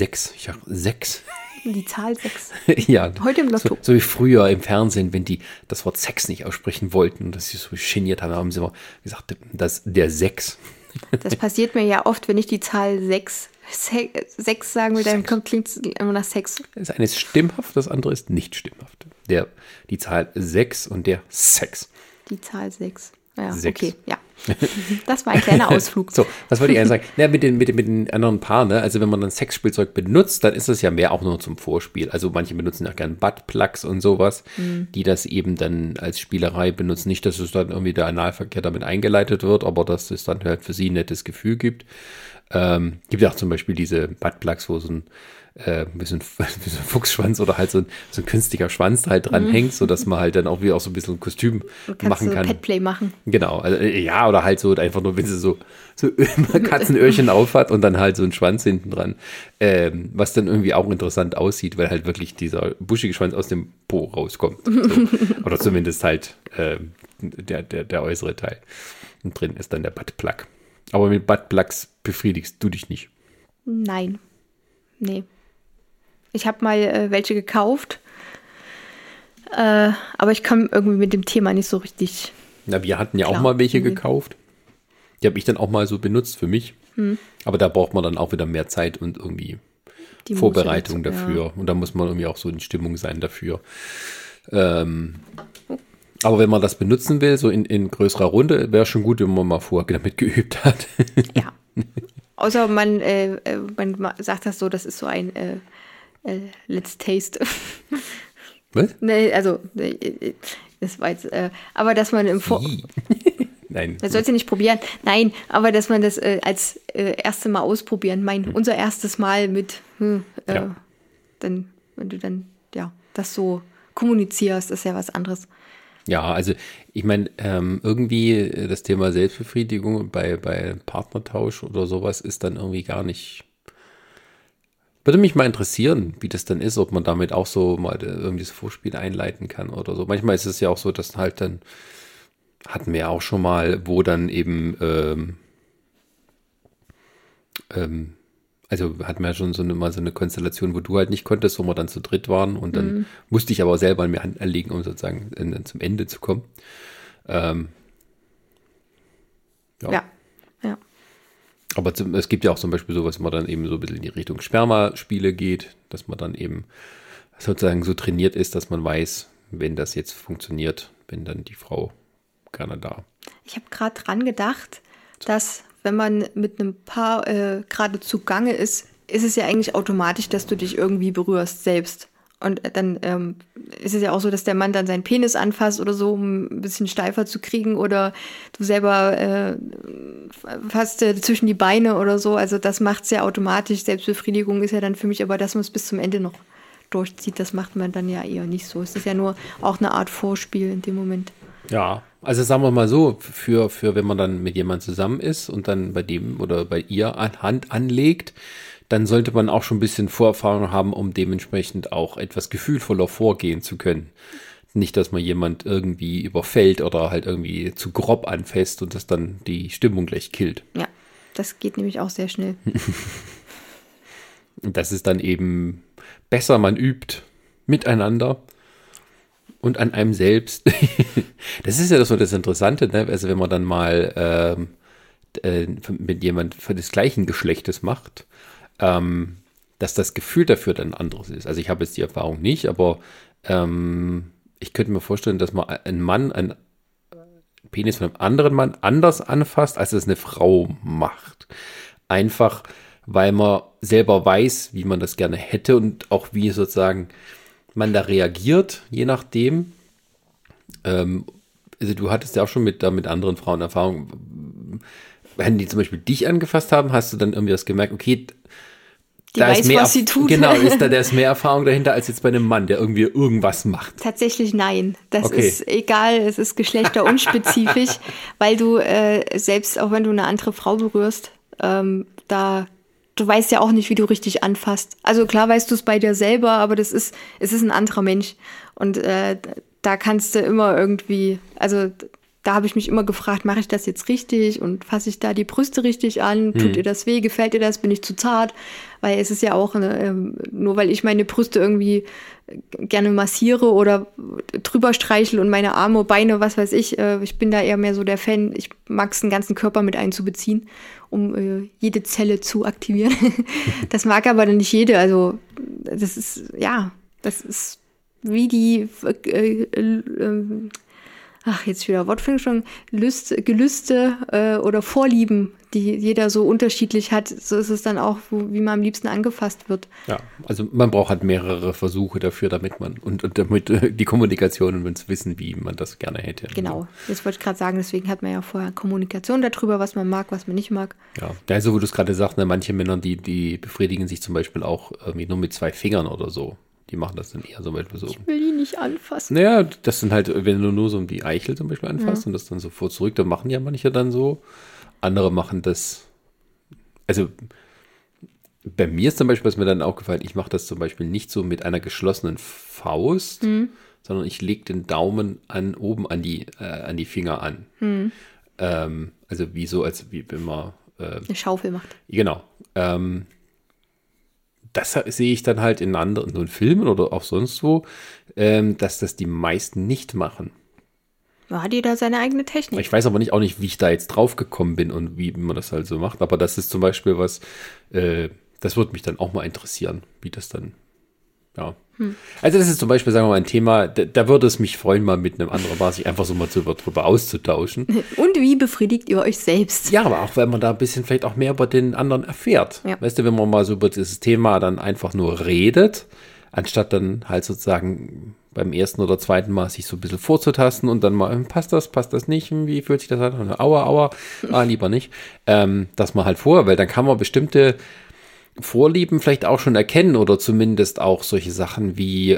Die Zahl 6. Ja. Heute im Lotto. So wie früher im Fernsehen, wenn die das Wort Sex nicht aussprechen wollten und das sie so geniert haben sie immer gesagt, der 6. Das passiert mir ja oft, wenn ich die Zahl 6 sagen will, dann klingt es immer nach Sex. Das eine ist stimmhaft, das andere ist nicht stimmhaft. Die Zahl 6 und der Sex. Die Zahl 6. Ja, 6. Okay, ja. Das war ein kleiner Ausflug. So, was wollte ich eigentlich sagen? Ja, mit den anderen Paaren, ne? Also wenn man dann Sexspielzeug benutzt, dann ist das ja mehr auch nur zum Vorspiel. Also manche benutzen auch gerne Buttplugs und sowas, die das eben dann als Spielerei benutzen. Nicht, dass es dann irgendwie der Analverkehr damit eingeleitet wird, aber dass es dann halt für sie ein nettes Gefühl gibt. Gibt ja auch zum Beispiel diese Buttplugs, wo so ein bisschen wie so ein Fuchsschwanz oder halt so ein künstlicher Schwanz da halt dranhängt, sodass man halt dann auch wieder auch so ein bisschen ein Kostüm machen kann. Petplay machen. Genau, also, ja, oder halt so einfach nur, wenn sie so Katzenöhrchen auf hat und dann halt so ein Schwanz hinten dran, was dann irgendwie auch interessant aussieht, weil halt wirklich dieser buschige Schwanz aus dem Po rauskommt. So. Oder zumindest halt der äußere Teil. Und drin ist dann der Buttplug. Aber mit Buttplugs befriedigst du dich nicht. Nein. Nee. Ich habe mal welche gekauft, aber ich kam irgendwie mit dem Thema nicht so richtig. Na, wir hatten ja Klar, auch mal welche irgendwie. gekauft. Die habe ich dann auch mal so benutzt für mich. Aber da braucht man dann auch wieder mehr Zeit und irgendwie Die Vorbereitung Muße dazu, dafür. ja. Und da muss man irgendwie auch so in Stimmung sein dafür. Aber wenn man das benutzen will, so in größerer Runde, wäre schon gut, wenn man mal vorher damit geübt hat. Ja. Außer man sagt das so, das ist so ein Let's Taste. Was? Nee, also, das war jetzt, aber dass man im Wie? Nein. Das sollst du nicht probieren. Nein, aber dass man das als erste Mal ausprobieren. Unser erstes Mal mit, Ja. dann, wenn du dann, ja, das so kommunizierst, ist ja was anderes. Ja, also ich meine, irgendwie das Thema Selbstbefriedigung bei Partnertausch oder sowas ist dann irgendwie gar nicht. Würde mich mal interessieren, wie das dann ist, ob man damit auch so mal irgendwie das Vorspiel einleiten kann oder so. Manchmal ist es ja auch so, dass halt dann, hatten wir ja auch schon mal, wo dann eben, also hatten wir ja schon mal so eine Konstellation, wo du halt nicht konntest, wo wir dann zu dritt waren und dann musste ich aber selber mir Hand anlegen, um sozusagen zum Ende zu kommen. Ja. Aber es gibt ja auch zum Beispiel sowas, wo man dann eben so ein bisschen in die Richtung Sperma-Spiele geht, dass man dann eben sozusagen so trainiert ist, dass man weiß, wenn das jetzt funktioniert, wenn dann die Frau gerne da. Ich habe gerade dran gedacht, dass wenn man mit einem Paar gerade zugange ist, ist es ja eigentlich automatisch, dass du dich irgendwie berührst selbst. Und dann ist es ja auch so, dass der Mann dann seinen Penis anfasst oder so, um ein bisschen steifer zu kriegen. Oder du selber fasst zwischen die Beine oder so. Also das macht es ja automatisch. Selbstbefriedigung ist ja dann für mich, aber dass man es bis zum Ende noch durchzieht, das macht man dann ja eher nicht so. Es ist ja nur auch eine Art Vorspiel in dem Moment. Ja, also sagen wir mal so, für wenn man dann mit jemandem zusammen ist und dann bei dem oder bei ihr Hand anlegt, dann sollte man auch schon ein bisschen Vorerfahrung haben, um dementsprechend auch etwas gefühlvoller vorgehen zu können. Nicht, dass man jemand irgendwie überfällt oder halt irgendwie zu grob anfasst und das dann die Stimmung gleich killt. Ja, das geht nämlich auch sehr schnell. Und das ist dann eben besser, man übt miteinander und an einem selbst. Das ist ja das Interessante, ne? Also wenn man dann mal mit jemand des gleichen Geschlechtes macht, dass das Gefühl dafür dann anderes ist. Also ich habe jetzt die Erfahrung nicht, aber ich könnte mir vorstellen, dass man ein Mann einen Penis von einem anderen Mann anders anfasst, als es eine Frau macht. Einfach, weil man selber weiß, wie man das gerne hätte und auch wie sozusagen man da reagiert, je nachdem. Also du hattest ja auch schon mit anderen Frauen Erfahrung. Wenn die zum Beispiel dich angefasst haben, hast du dann irgendwie das gemerkt, okay, Die weiß, was sie tut. Genau, da ist mehr Erfahrung dahinter als jetzt bei einem Mann, der irgendwie irgendwas macht. Tatsächlich nein. Das Okay. ist egal, es ist geschlechterunspezifisch, weil du selbst, auch wenn du eine andere Frau berührst, du weißt ja auch nicht, wie du richtig anfasst. Also klar weißt du es bei dir selber, aber es ist ein anderer Mensch. Und da kannst du immer irgendwie, also da habe ich mich immer gefragt, mache ich das jetzt richtig und fasse ich da die Brüste richtig an? Tut ihr das weh? Gefällt dir das? Bin ich zu zart? Weil es ist ja auch, nur weil ich meine Brüste irgendwie gerne massiere oder drüber streichel und meine Arme, Beine, was weiß ich, ich bin da eher mehr so der Fan, ich mag es, den ganzen Körper mit einzubeziehen, um jede Zelle zu aktivieren. Das mag aber dann nicht jede, also das ist wie die jetzt wieder Wortfindung, Gelüste oder Vorlieben, die jeder so unterschiedlich hat, so ist es dann auch, wie man am liebsten angefasst wird. Ja, also man braucht halt mehrere Versuche dafür, damit man und damit die Kommunikation und man zu wissen, wie man das gerne hätte. Genau, das wollte ich gerade sagen, deswegen hat man ja vorher Kommunikation darüber, was man mag, was man nicht mag. Ja, also wo du es gerade sagst, ne, manche Männer, die befriedigen sich zum Beispiel auch irgendwie nur mit 2 Fingern oder so. Die machen das dann eher zum Beispiel so. Ich will die nicht anfassen. Naja, das sind halt, wenn du nur so um die Eichel zum Beispiel anfasst und das dann sofort zurück, dann machen ja manche dann so. Andere machen das, also bei mir ist zum Beispiel, was mir dann aufgefallen, ich mache das zum Beispiel nicht so mit einer geschlossenen Faust, sondern ich lege den Daumen oben an die Finger an. Also wie so, als wie wenn man Eine Schaufel macht. genau. das sehe ich dann halt in anderen so in Filmen oder auch sonst wo, dass das die meisten nicht machen. Da hat jeder seine eigene Technik. Ich weiß aber auch nicht, wie ich da jetzt drauf gekommen bin und wie man das halt so macht. Aber das ist zum Beispiel was, das würde mich dann auch mal interessieren, wie das dann, ja. Also das ist zum Beispiel, sagen wir mal, ein Thema, da würde es mich freuen, mal mit einem anderen Bar sich einfach so mal drüber auszutauschen. Und wie befriedigt ihr euch selbst? Ja, aber auch, weil man da ein bisschen vielleicht auch mehr über den anderen erfährt. Ja. Weißt du, wenn man mal so über dieses Thema dann einfach nur redet, anstatt dann halt sozusagen beim ersten oder zweiten Mal sich so ein bisschen vorzutasten und dann mal, passt das nicht, wie fühlt sich das an? Aua, lieber nicht. Dass man halt vorher, weil dann kann man bestimmte Vorlieben vielleicht auch schon erkennen oder zumindest auch solche Sachen wie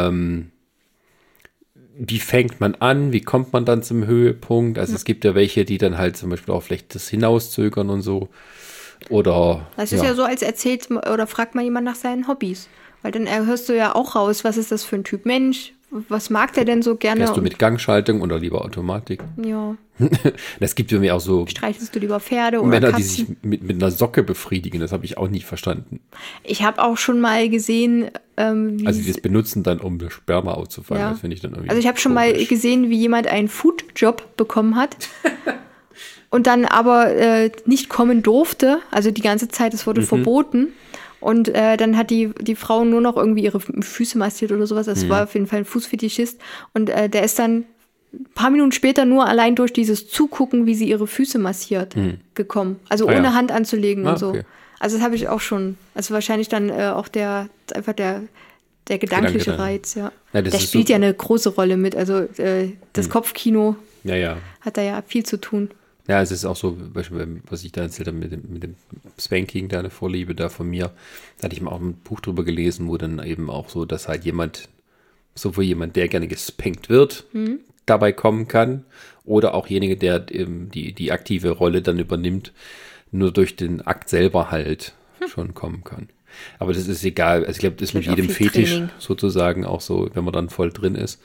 fängt man an, wie kommt man dann zum Höhepunkt? Also es gibt ja welche, die dann halt zum Beispiel auch vielleicht das hinauszögern und so. Oder Das ist ja so, als erzählt oder fragt mal jemand nach seinen Hobbys. Weil dann hörst du ja auch raus, was ist das für ein Typ Mensch? Was mag der denn so gerne? Fährst du mit Gangschaltung oder lieber Automatik? Ja. Das gibt ja mir auch so Streichelst du lieber Pferde oder Männer, Katzen? die sich mit einer Socke befriedigen. Das habe ich auch nie verstanden. Ich habe auch schon mal gesehen, wie... Also die das benutzen dann, um das Sperma auszufangen. Ja. Das finde ich dann irgendwie Also ich habe schon mal komisch. gesehen, wie jemand einen Foodjob bekommen hat und dann aber nicht kommen durfte. Also die ganze Zeit, es wurde verboten. Und dann hat die Frau nur noch irgendwie ihre Füße massiert oder sowas. Das war auf jeden Fall ein Fußfetischist. Und der ist dann ein paar Minuten später nur allein durch dieses Zugucken, wie sie ihre Füße massiert, gekommen. Also ohne ja. Hand anzulegen und so. Okay. Also das habe ich auch schon. Also wahrscheinlich dann auch der gedankliche Gedanke dann. Reiz, ja. Ja, das Der ist spielt so- ja eine große Rolle mit. Also das Kopfkino Ja. hat da ja viel zu tun. Ja, es ist auch so, beispielsweise, was ich da erzählt habe mit dem Spanking, da eine Vorliebe da von mir. Da hatte ich mal auch ein Buch drüber gelesen, wo dann eben auch so, dass halt jemand, der gerne gespankt wird, dabei kommen kann. Oder auch jenige, der die aktive Rolle dann übernimmt, nur durch den Akt selber halt schon kommen kann. Aber das ist egal. Also ich glaube, das ist mit Vielleicht auch jedem viel Fetisch Training. sozusagen auch so, wenn man dann voll drin ist.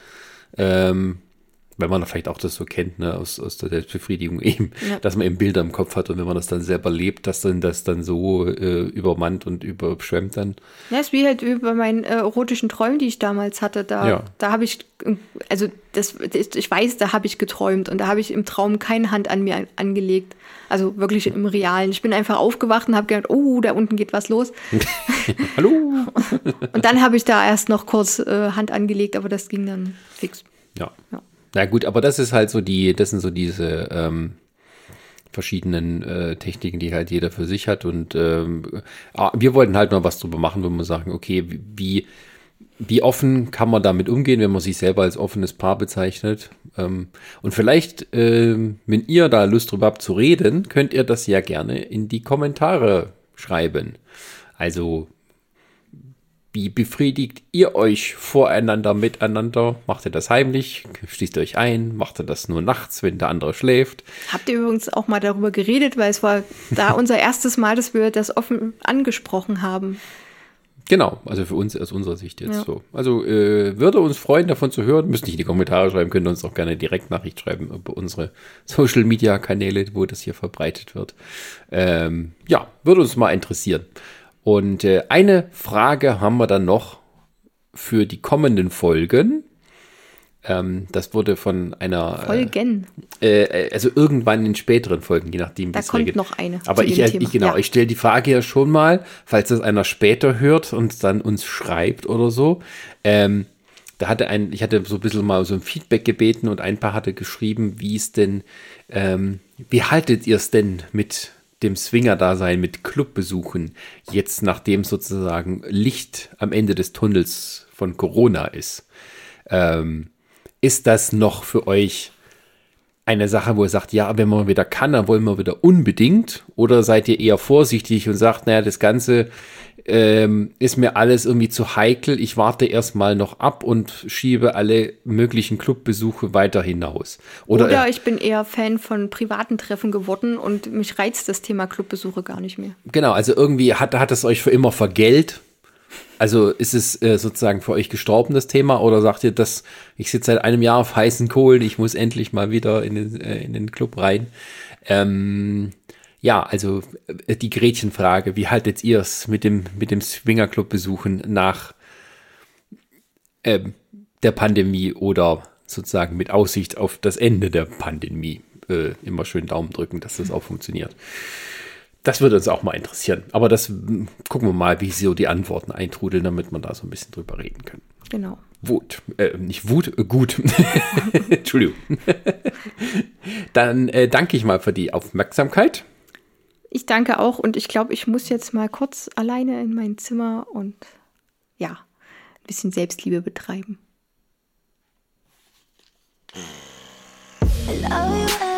Wenn man vielleicht auch das so kennt, ne, aus der Selbstbefriedigung eben, Ja. dass man eben Bilder im Kopf hat und wenn man das dann selber lebt, dass dann das dann so übermannt und überschwemmt dann. Ja, ist wie halt über meinen erotischen Träumen, die ich damals hatte. Da habe ich, also ich weiß, da habe ich geträumt und da habe ich im Traum keine Hand an mir angelegt. Also wirklich im Realen. Ich bin einfach aufgewacht und habe gedacht, oh, da unten geht was los. Hallo! Und dann habe ich da erst noch kurz Hand angelegt, aber das ging dann fix. Ja. Ja. Na gut, aber das ist halt so das sind so diese verschiedenen Techniken, die halt jeder für sich hat und wir wollten halt mal was drüber machen, wo wir sagen, okay, wie offen kann man damit umgehen, wenn man sich selber als offenes Paar bezeichnet? Und vielleicht, wenn ihr da Lust drüber habt zu reden, könnt ihr das ja gerne in die Kommentare schreiben. Also, wie befriedigt ihr euch voreinander, miteinander? Macht ihr das heimlich? Schließt ihr euch ein? Macht ihr das nur nachts, wenn der andere schläft? Habt ihr übrigens auch mal darüber geredet, weil es war da unser erstes Mal, dass wir das offen angesprochen haben. Genau, also für uns aus unserer Sicht jetzt Ja. so. Also würde uns freuen, davon zu hören. Müsst nicht in die Kommentare schreiben, könnt ihr uns auch gerne Direktnachricht schreiben über unsere Social-Media-Kanäle, wo das hier verbreitet wird. Ja, würde uns mal interessieren. Und eine Frage haben wir dann noch für die kommenden Folgen. Das wurde von einer Folgen. also irgendwann in späteren Folgen, je nachdem, wie Da es kommt regelt. noch eine Aber zu ich, dem Thema. genau, Ja. ich stelle die Frage ja schon mal, falls das einer später hört und dann uns schreibt oder so. Ich hatte so ein bisschen mal so ein Feedback gebeten und ein paar hatte geschrieben, wie es denn, wie haltet ihr es denn mit dem Swinger-Dasein, mit Clubbesuchen, jetzt nachdem sozusagen Licht am Ende des Tunnels von Corona ist? Ist das noch für euch eine Sache, wo ihr sagt, ja, wenn man wieder kann, dann wollen wir wieder unbedingt? Oder seid ihr eher vorsichtig und sagt, naja, das Ganze ist mir alles irgendwie zu heikel, ich warte erstmal noch ab und schiebe alle möglichen Clubbesuche weiter hinaus? Oder ich bin eher Fan von privaten Treffen geworden und mich reizt das Thema Clubbesuche gar nicht mehr. Genau, also irgendwie hat es euch für immer vergällt? Also ist es sozusagen für euch gestorben, das Thema? Oder sagt ihr, ich sitze seit einem Jahr auf heißen Kohlen, ich muss endlich mal wieder in den Club rein? Ja, also die Gretchenfrage, wie haltet ihr es mit dem Swingerclub-Besuchen nach der Pandemie oder sozusagen mit Aussicht auf das Ende der Pandemie? Immer schön Daumen drücken, dass das auch funktioniert. Das würde uns auch mal interessieren. Aber das gucken wir mal, wie so die Antworten eintrudeln, damit wir da so ein bisschen drüber reden können. Genau. Nicht Wut, gut. Entschuldigung. Dann danke ich mal für die Aufmerksamkeit. Ich danke auch und ich glaube, ich muss jetzt mal kurz alleine in mein Zimmer und ja, ein bisschen Selbstliebe betreiben. I love you.